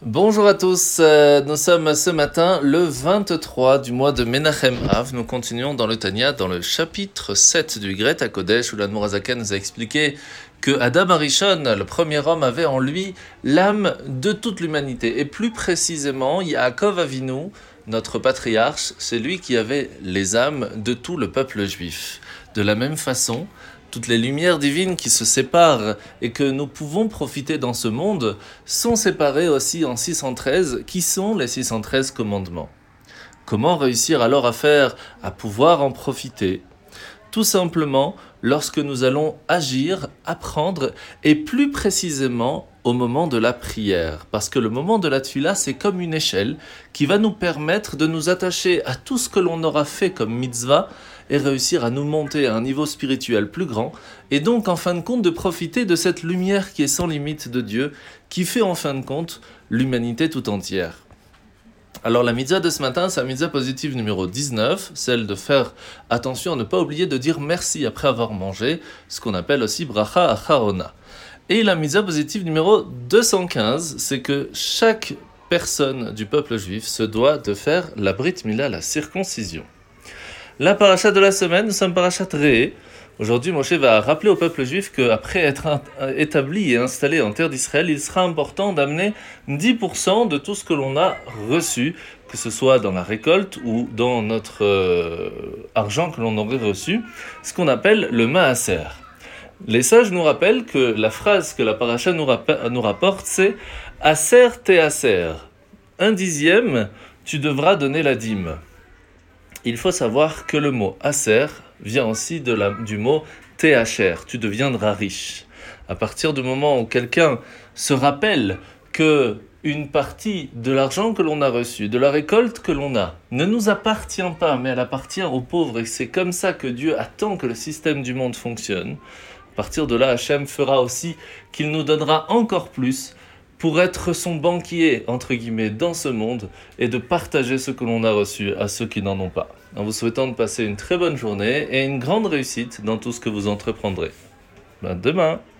Bonjour à tous, nous sommes ce matin le 23 du mois de Menachem Av. Nous continuons dans le Tanya, dans le chapitre 7 du Gret HaKodesh, où l'Admor HaZaken nous a expliqué que Adam Arishon, le premier homme, avait en lui l'âme de toute l'humanité. Et plus précisément, Yaakov Avinu, notre patriarche, c'est lui qui avait les âmes de tout le peuple juif. De la même façon, toutes les lumières divines qui se séparent et que nous pouvons profiter dans ce monde sont séparées aussi en 613, qui sont les 613 commandements. Comment réussir alors à pouvoir en profiter ? Tout simplement lorsque nous allons agir, apprendre et plus précisément au moment de la prière. Parce que le moment de la tefila, c'est comme une échelle qui va nous permettre de nous attacher à tout ce que l'on aura fait comme mitzvah et réussir à nous monter à un niveau spirituel plus grand, et donc en fin de compte de profiter de cette lumière qui est sans limite de Dieu, qui fait en fin de compte l'humanité tout entière. Alors la mitzvah de ce matin, c'est la mitzvah positive numéro 19, celle de faire attention à ne pas oublier de dire merci après avoir mangé, ce qu'on appelle aussi bracha acharona. Et la mitzvah positive numéro 215, c'est que chaque personne du peuple juif se doit de faire la brit mila, la circoncision. La paracha de la semaine, nous sommes parachat Re'eh. Aujourd'hui, Moshe va rappeler au peuple juif qu'après être établi et installé en terre d'Israël, il sera important d'amener 10% de tout ce que l'on a reçu, que ce soit dans la récolte ou dans notre argent que l'on aurait reçu, ce qu'on appelle le maaser. Les sages nous rappellent que la phrase que la paracha nous rapporte, c'est « Aser te aser ». 1/10, tu devras donner la dîme. Il faut savoir que le mot « aser » vient aussi du mot « tehacher », tu deviendras riche. À partir du moment où quelqu'un se rappelle que une partie de l'argent que l'on a reçu, de la récolte que l'on a, ne nous appartient pas, mais elle appartient aux pauvres, et c'est comme ça que Dieu attend que le système du monde fonctionne, à partir de là, Hachem fera aussi qu'il nous donnera encore plus pour être son banquier, entre guillemets, dans ce monde et de partager ce que l'on a reçu à ceux qui n'en ont pas. En vous souhaitant de passer une très bonne journée et une grande réussite dans tout ce que vous entreprendrez. À demain!